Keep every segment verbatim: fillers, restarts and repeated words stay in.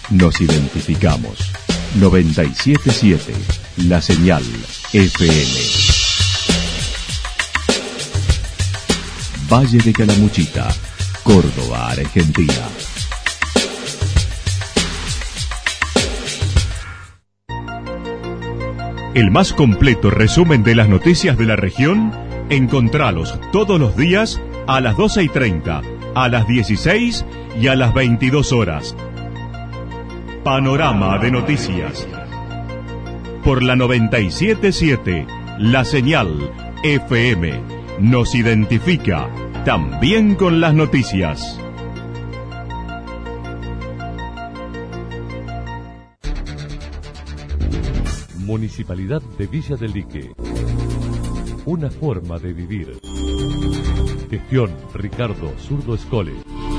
Nos identificamos. noventa y siete punto siete, La Señal F M. Valle de Calamuchita, Córdoba, Argentina. El más completo resumen de las noticias de la región, encontralos todos los días a las doce y treinta, a las dieciséis y a las veintidós horas. Panorama de noticias. Por la noventa y siete punto siete, La Señal F M nos identifica también con las noticias. Municipalidad de Villa del Lique. Una forma de vivir. Gestión Ricardo Zurdo Escole.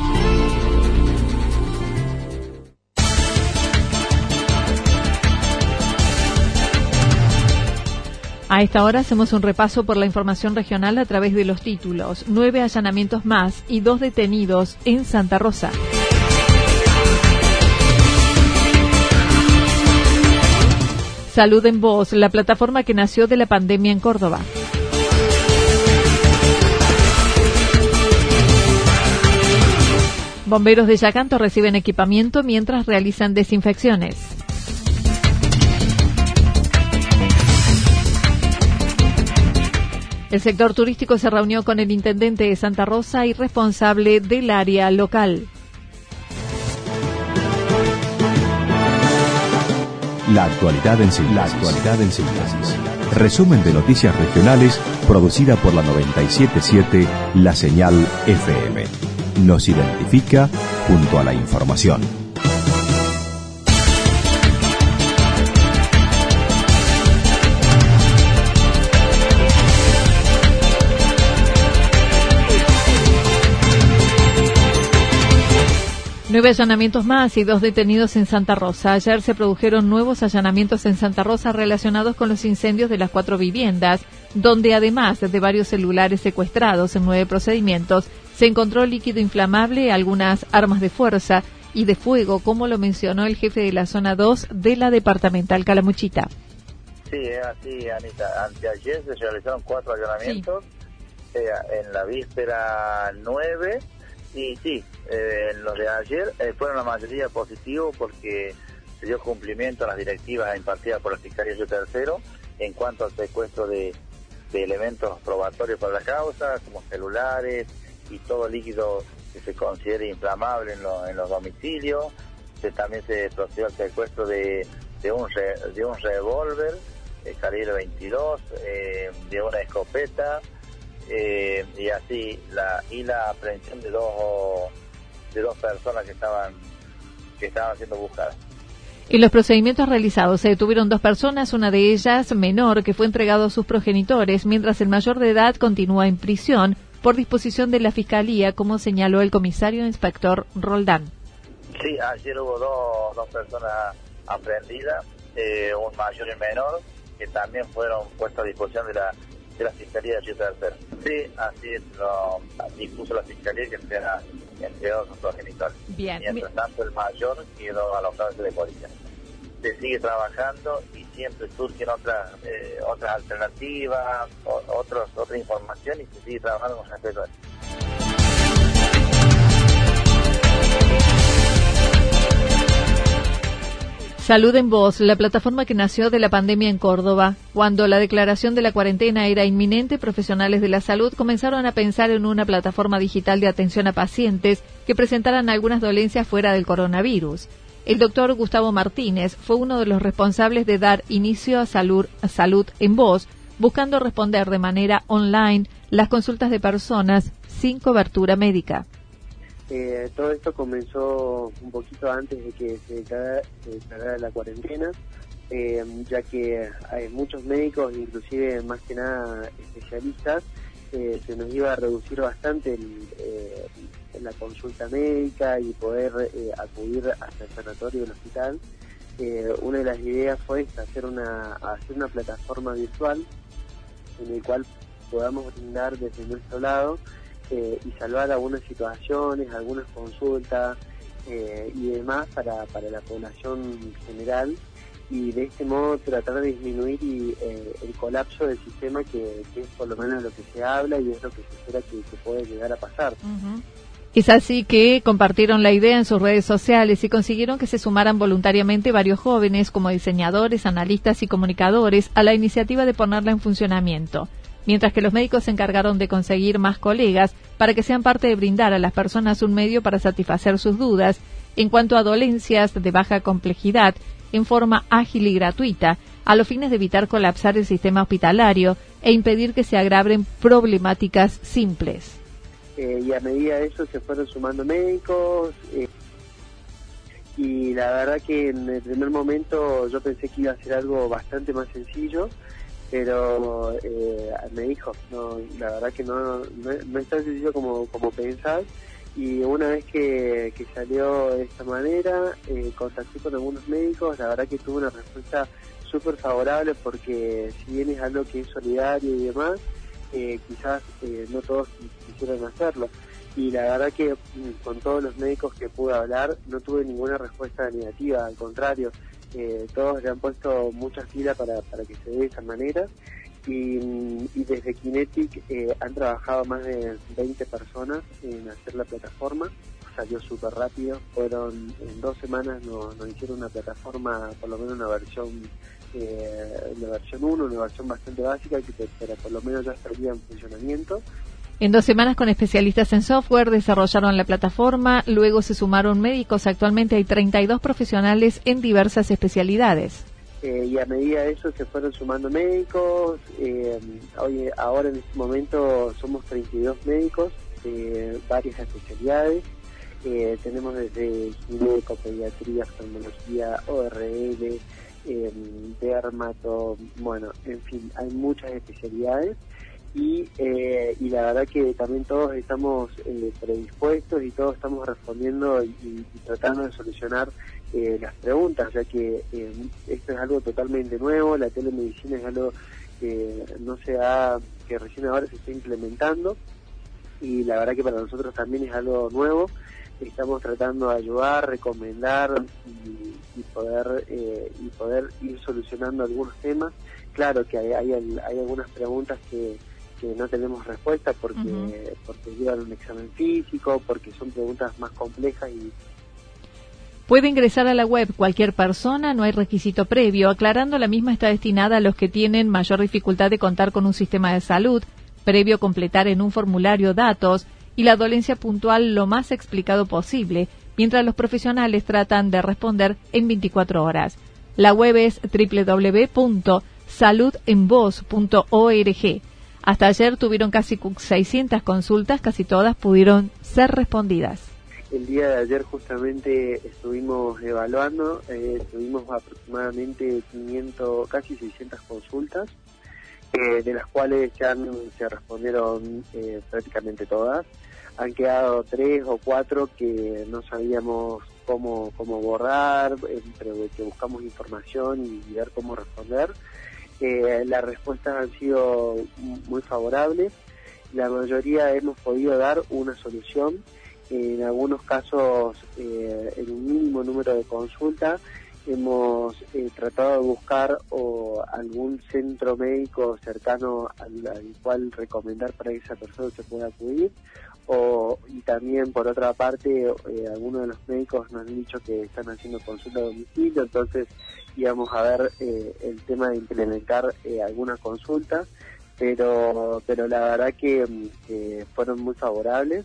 A esta hora hacemos un repaso por la información regional a través de los títulos. Nueve allanamientos más y dos detenidos en Santa Rosa. Salud en Voz, la plataforma que nació de la pandemia en Córdoba. Bomberos de Yacanto reciben equipamiento mientras realizan desinfecciones. El sector turístico se reunió con el intendente de Santa Rosa y responsable del área local. La actualidad en síntesis. La actualidad en síntesis. Resumen de noticias regionales producida por la noventa y siete punto siete La Señal F M. Nos identifica junto a la información. Nueve allanamientos más y dos detenidos en Santa Rosa. Ayer se produjeron nuevos allanamientos en Santa Rosa relacionados con los incendios de las cuatro viviendas, donde además de varios celulares secuestrados en nueve procedimientos, se encontró líquido inflamable, algunas armas de fuerza y de fuego, como lo mencionó el jefe de la zona dos de la departamental Calamuchita. Sí, es así, Anita. Anteayer se realizaron cuatro allanamientos, sí. eh, en la víspera nueve. Y sí, eh, los de ayer eh, fueron la mayoría positivos porque se dio cumplimiento a las directivas impartidas por la Fiscalía Río Tercero en cuanto al secuestro de, de elementos probatorios para la causa, como celulares y todo líquido que se considere inflamable en, lo, en los domicilios. Se, también se procedió al secuestro de, de un re, de un revólver, eh, calibre veintidós, eh, de una escopeta. Eh, y así la y la aprehensión de dos de dos personas que estaban que estaban siendo buscadas. En los procedimientos realizados se detuvieron dos personas, una de ellas menor, que fue entregado a sus progenitores, mientras el mayor de edad continúa en prisión por disposición de la Fiscalía, como señaló el comisario inspector Roldán. Sí, ayer hubo dos, dos personas aprehendidas, eh, un mayor y menor, que también fueron puestos a disposición de la de la Fiscalía de Río Tercero. Sí, así lo dispuso la Fiscalía que sea entregado a sus progenitores. Bien. Mientras tanto, el mayor quedó alojado de policía. Se sigue trabajando y siempre surgen otras eh, otras alternativas, o, otros, otra información y se sigue trabajando con respecto a eso. Salud en Voz, la plataforma que nació de la pandemia en Córdoba. Cuando la declaración de la cuarentena era inminente, profesionales de la salud comenzaron a pensar en una plataforma digital de atención a pacientes que presentaran algunas dolencias fuera del coronavirus. El doctor Gustavo Martínez fue uno de los responsables de dar inicio a Salud, a Salud en Voz, buscando responder de manera online las consultas de personas sin cobertura médica. Eh, todo esto comenzó un poquito antes de que se declarara, se declarara la cuarentena, eh, ya que hay muchos médicos, inclusive más que nada especialistas, eh, se nos iba a reducir bastante el, eh, la consulta médica y poder eh, acudir hasta el sanatorio del hospital. Eh, una de las ideas fue esta, hacer una, hacer una plataforma virtual en la cual podamos brindar desde nuestro lado Eh, y salvar algunas situaciones, algunas consultas, eh, y demás para, para la población general, y de este modo tratar de disminuir y, eh, el colapso del sistema, que, que es por lo menos lo que se habla y es lo que se espera que, que puede llegar a pasar. Uh-huh. Es así que compartieron la idea en sus redes sociales y consiguieron que se sumaran voluntariamente varios jóvenes como diseñadores, analistas y comunicadores a la iniciativa de ponerla en funcionamiento, mientras que los médicos se encargaron de conseguir más colegas para que sean parte de brindar a las personas un medio para satisfacer sus dudas en cuanto a dolencias de baja complejidad en forma ágil y gratuita, a los fines de evitar colapsar el sistema hospitalario e impedir que se agraven problemáticas simples. Eh, y a medida de eso se fueron sumando médicos, eh, y la verdad que en el primer momento yo pensé que iba a ser algo bastante más sencillo, pero eh, me dijo, no, la verdad que no, no, no es tan sencillo como, como pensás. Y una vez que, que salió de esta manera, eh, contacté con algunos médicos, la verdad que tuve una respuesta súper favorable, porque si bien es algo que es solidario y demás, eh, quizás eh, no todos quisieran hacerlo. Y la verdad que con todos los médicos que pude hablar no tuve ninguna respuesta negativa, al contrario, eh, todos le han puesto mucha fila para, para que se dé de esa manera. Y, y desde Kinetic eh, han trabajado más de veinte personas en hacer la plataforma. Salió súper rápido, fueron en dos semanas nos, nos hicieron una plataforma, por lo menos una versión eh, la versión uno, una versión bastante básica, que te, pero por lo menos ya estaría en funcionamiento. En dos semanas, con especialistas en software, desarrollaron la plataforma, luego se sumaron médicos. Actualmente hay treinta y dos profesionales en diversas especialidades. Eh, y a medida de eso se fueron sumando médicos. Eh, hoy, ahora en este momento somos treinta y dos médicos de varias especialidades. Eh, tenemos desde gineco, pediatría, oftalmología, O R L, eh, dermato, bueno, en fin, hay muchas especialidades. Y, eh, y la verdad que también todos estamos eh, predispuestos y todos estamos respondiendo y, y tratando de solucionar eh, las preguntas, ya que eh, esto es algo totalmente nuevo. La telemedicina es algo que no se ha, que recién ahora se está implementando, y la verdad que para nosotros también es algo nuevo. Estamos tratando de ayudar, recomendar y, y poder eh, y poder ir solucionando algunos temas. Claro que hay, hay, hay algunas preguntas que que no tenemos respuesta porque uh-huh. porque llevan un examen físico, porque son preguntas más complejas. Y puede ingresar a la web cualquier persona, no hay requisito previo. Aclarando, la misma está destinada a los que tienen mayor dificultad de contar con un sistema de salud, previo completar en un formulario datos y la dolencia puntual lo más explicado posible, mientras los profesionales tratan de responder en veinticuatro horas. La web es doble u doble u doble u punto salud en voz punto org. Hasta ayer tuvieron casi seiscientas consultas, casi todas pudieron ser respondidas. El día de ayer justamente estuvimos evaluando, eh, tuvimos aproximadamente quinientas, casi seiscientas consultas, eh, de las cuales ya se respondieron eh, prácticamente todas. Han quedado tres o cuatro que no sabíamos cómo, cómo borrar, eh, pero que buscamos información y ver cómo responder. Eh, las respuestas han sido muy favorables. La mayoría hemos podido dar una solución. En algunos casos, eh, en un mínimo número de consultas, hemos eh, tratado de buscar o algún centro médico cercano al, al cual recomendar para que esa persona se pueda acudir. O, y también, por otra parte, eh, algunos de los médicos nos han dicho que están haciendo consulta a domicilio, entonces íbamos a ver eh, el tema de implementar eh, algunas consultas, pero pero la verdad que, que fueron muy favorables.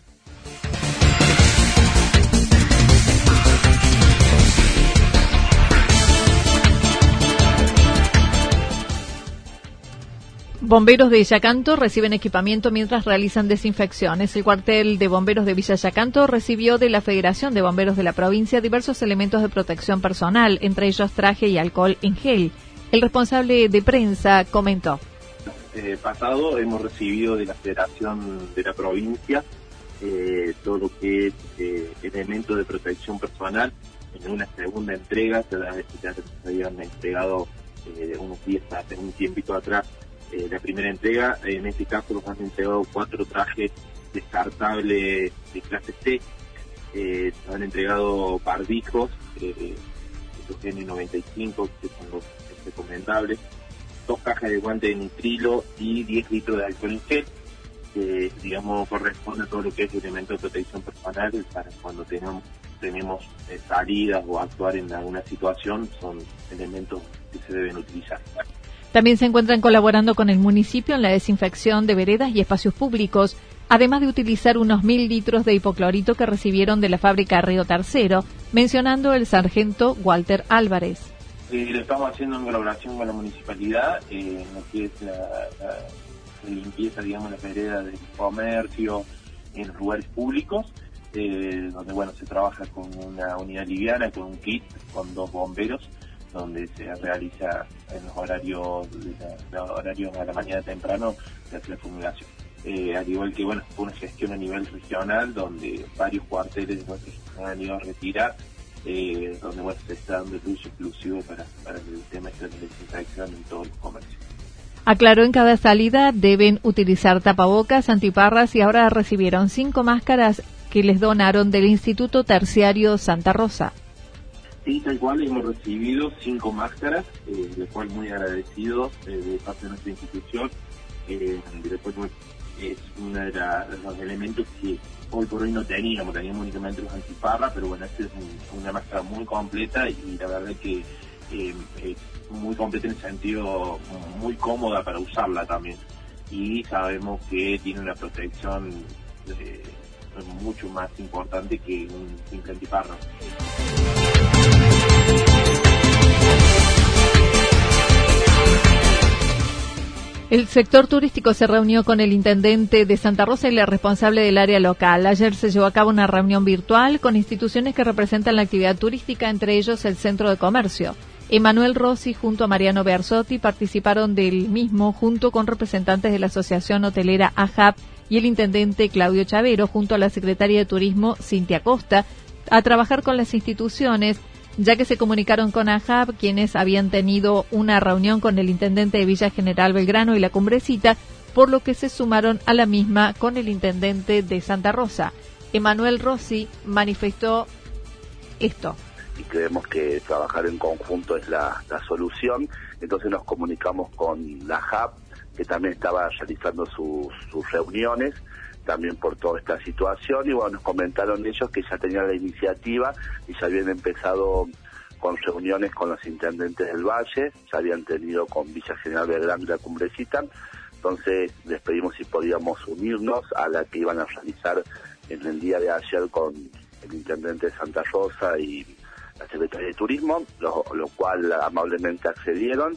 Bomberos de Yacanto reciben equipamiento mientras realizan desinfecciones. El cuartel de bomberos de Villa Yacanto recibió de la Federación de Bomberos de la provincia diversos elementos de protección personal, entre ellos traje y alcohol en gel. El responsable de prensa comentó. Eh, pasado hemos recibido de la Federación de la provincia eh, todo lo que es eh, elementos de protección personal. En una segunda entrega se, ya se habían entregado eh, unos días, hace un tiempito atrás, Eh, la primera entrega. En este caso nos han entregado cuatro trajes descartables de clase C, eh, han entregado barbijos, eh, los N noventa y cinco, que son los recomendables, dos cajas de guantes de nitrilo y diez litros de alcohol en gel, que digamos corresponde a todo lo que es elemento de protección personal para cuando tenemos, tenemos eh, salidas o actuar en alguna situación, son elementos que se deben utilizar. También se encuentran colaborando con el municipio en la desinfección de veredas y espacios públicos, además de utilizar unos mil litros de hipoclorito que recibieron de la fábrica Río Tercero, mencionando el sargento Walter Álvarez. Eh, lo estamos haciendo en colaboración con la municipalidad, eh, en lo que es la, la, la limpieza, digamos, la vereda del comercio, en los lugares públicos, eh, donde, bueno, se trabaja con una unidad liviana, con un kit, con dos bomberos, donde se realiza en los horarios, de la, los horarios a la mañana temprano, se hace la fumigación. Eh, al igual que, bueno, fue una gestión a nivel regional, donde varios cuarteles de nuestros se han ido a retirar, eh, donde, bueno, se está dando el uso exclusivo para, para el tema de la desinfección en todos los comercios. Aclaró, en cada salida deben utilizar tapabocas, antiparras, y ahora recibieron cinco máscaras que les donaron del Instituto Terciario Santa Rosa. Sí, tal cual, hemos recibido cinco máscaras, eh, de cual muy agradecidos eh, de parte de nuestra institución. Eh, después, bueno, es uno de, la, de los elementos que hoy por hoy no teníamos, teníamos únicamente los antiparras, pero bueno, esta es un, una máscara muy completa y la verdad que eh, es muy completa en el sentido muy cómoda para usarla también. Y sabemos que tiene una protección eh, mucho más importante que un simple antiparra. El sector turístico se reunió con el intendente de Santa Rosa y la responsable del área local. Ayer se llevó a cabo una reunión virtual con instituciones que representan la actividad turística, entre ellos el Centro de Comercio. Emanuel Rossi junto a Mariano Berzotti participaron del mismo junto con representantes de la Asociación Hotelera A J A P y el intendente Claudio Chavero junto a la secretaria de Turismo Cintia Costa a trabajar con las instituciones, ya que se comunicaron con A J A P, quienes habían tenido una reunión con el intendente de Villa General Belgrano y La Cumbrecita, por lo que se sumaron a la misma con el intendente de Santa Rosa. Emanuel Rossi manifestó esto. Y creemos que trabajar en conjunto es la, la solución. Entonces nos comunicamos con la J A P, que también estaba realizando sus, sus reuniones, también por toda esta situación, y bueno, nos comentaron ellos que ya tenían la iniciativa y ya habían empezado con reuniones con los intendentes del Valle, ya habían tenido con Villa General Belgrano y La Cumbrecita. Entonces les pedimos si podíamos unirnos a la que iban a realizar en el día de ayer con el intendente de Santa Rosa y la Secretaría de Turismo, lo, lo cual amablemente accedieron,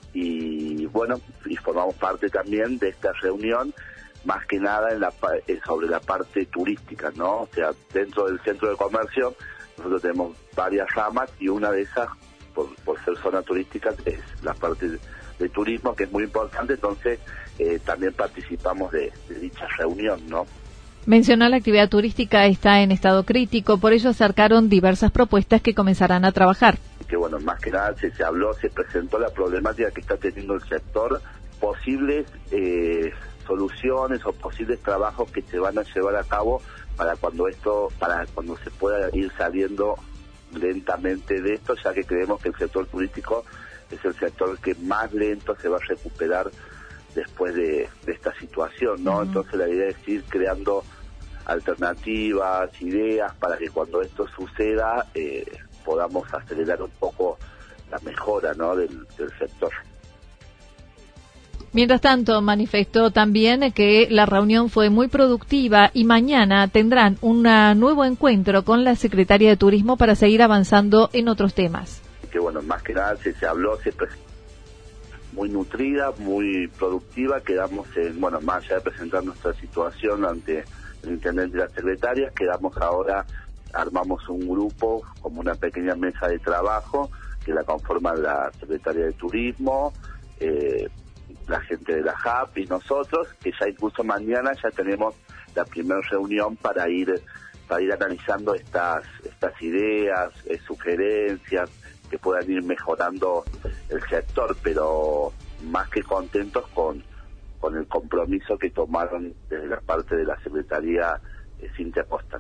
y bueno, y formamos parte también de esta reunión, más que nada en la, sobre la parte turística, ¿no? O sea, dentro del centro de comercio nosotros tenemos varias ramas y una de esas, por, por ser zona turística, es la parte de, de turismo, que es muy importante. Entonces eh, también participamos de, de dicha reunión, ¿no? Mencionó la actividad turística está en estado crítico, por ello acercaron diversas propuestas que comenzarán a trabajar. Que bueno, más que nada se, se habló, se presentó la problemática que está teniendo el sector, posibles eh, soluciones o posibles trabajos que se van a llevar a cabo para cuando esto, para cuando se pueda ir saliendo lentamente de esto, ya que creemos que el sector turístico es el sector que más lento se va a recuperar después de, de esta situación, ¿no? Uh-huh. Entonces la idea es ir creando alternativas, ideas, para que cuando esto suceda eh, podamos acelerar un poco la mejora, ¿no?, del, del sector. Mientras tanto, manifestó también que la reunión fue muy productiva y mañana tendrán un nuevo encuentro con la Secretaría de Turismo para seguir avanzando en otros temas. Que bueno, más que nada se, se habló, se muy nutrida, muy productiva. Quedamos en, bueno, más allá de presentar nuestra situación ante el intendente y las secretarias, quedamos ahora, armamos un grupo, como una pequeña mesa de trabajo, que la conforman la Secretaría de Turismo, eh, la gente de la J A P y nosotros, que ya incluso mañana ya tenemos la primera reunión para ir para ir analizando estas estas ideas, eh, sugerencias que puedan ir mejorando el sector, pero más que contentos con, con el compromiso que tomaron desde la parte de la Secretaría eh, Cintia Costa, ¿no?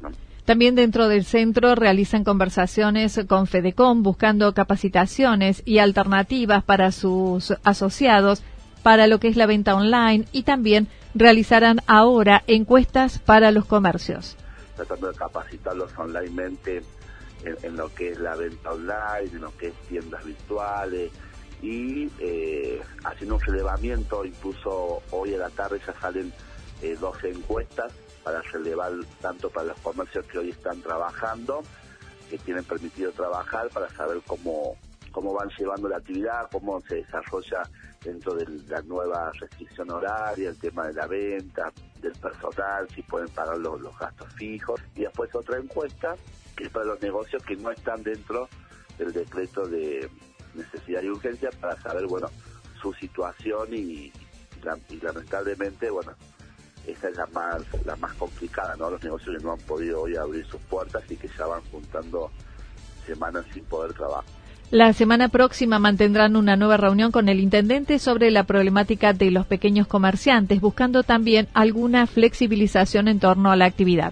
También dentro del centro realizan conversaciones con Fedecom buscando capacitaciones y alternativas para sus asociados para lo que es la venta online, y también realizarán ahora encuestas para los comercios. Tratando de capacitarlos onlinemente en, en lo que es la venta online, en lo que es tiendas virtuales, y eh, haciendo un relevamiento. Incluso hoy a la tarde ya salen eh, dos encuestas para relevar tanto para los comercios que hoy están trabajando, que tienen permitido trabajar, para saber cómo, cómo van llevando la actividad, cómo se desarrolla dentro de la nueva restricción horaria, el tema de la venta, del personal, si pueden pagar los, los gastos fijos. Y después otra encuesta que es para los negocios que no están dentro del decreto de necesidad y urgencia, para saber, bueno, su situación, y, y lamentablemente, bueno, esa es la más la más complicada, ¿no? Los negocios que no han podido hoy abrir sus puertas y que ya van juntando semanas sin poder trabajar. La semana próxima mantendrán una nueva reunión con el intendente sobre la problemática de los pequeños comerciantes, buscando también alguna flexibilización en torno a la actividad.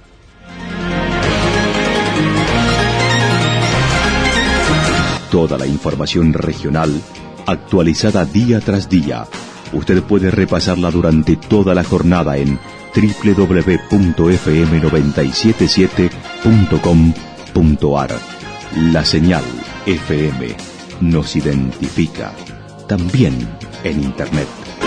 Toda la información regional actualizada día tras día. Usted puede repasarla durante toda la jornada en doble u doble u doble u punto efe eme noventa y siete siete punto com punto a r. La señal F M nos identifica, también en Internet.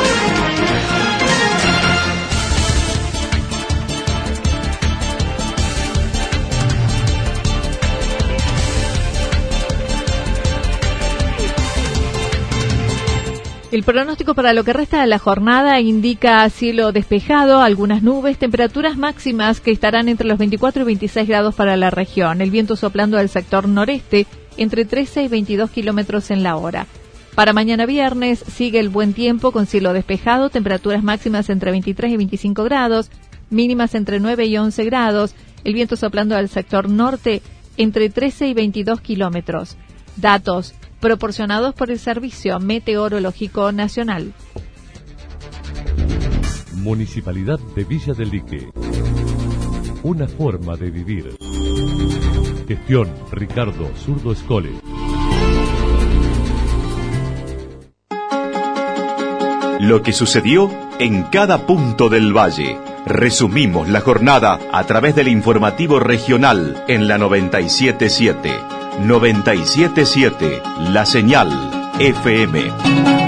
El pronóstico para lo que resta de la jornada indica cielo despejado, algunas nubes, temperaturas máximas que estarán entre los veinticuatro y veintiséis grados para la región. El viento soplando al sector noreste entre trece y veintidós kilómetros en la hora. Para mañana viernes sigue el buen tiempo con cielo despejado, temperaturas máximas entre veintitrés y veinticinco grados, mínimas entre nueve y once grados. El viento soplando al sector norte entre trece y veintidós kilómetros. Datos proporcionados por el Servicio Meteorológico Nacional. Municipalidad de Villa del Lique. Una forma de vivir. Gestión Ricardo Zurdo Escole. Lo que sucedió en cada punto del valle. Resumimos la jornada a través del informativo regional en la noventa y siete punto siete. noventa y siete punto siete, La Señal F M.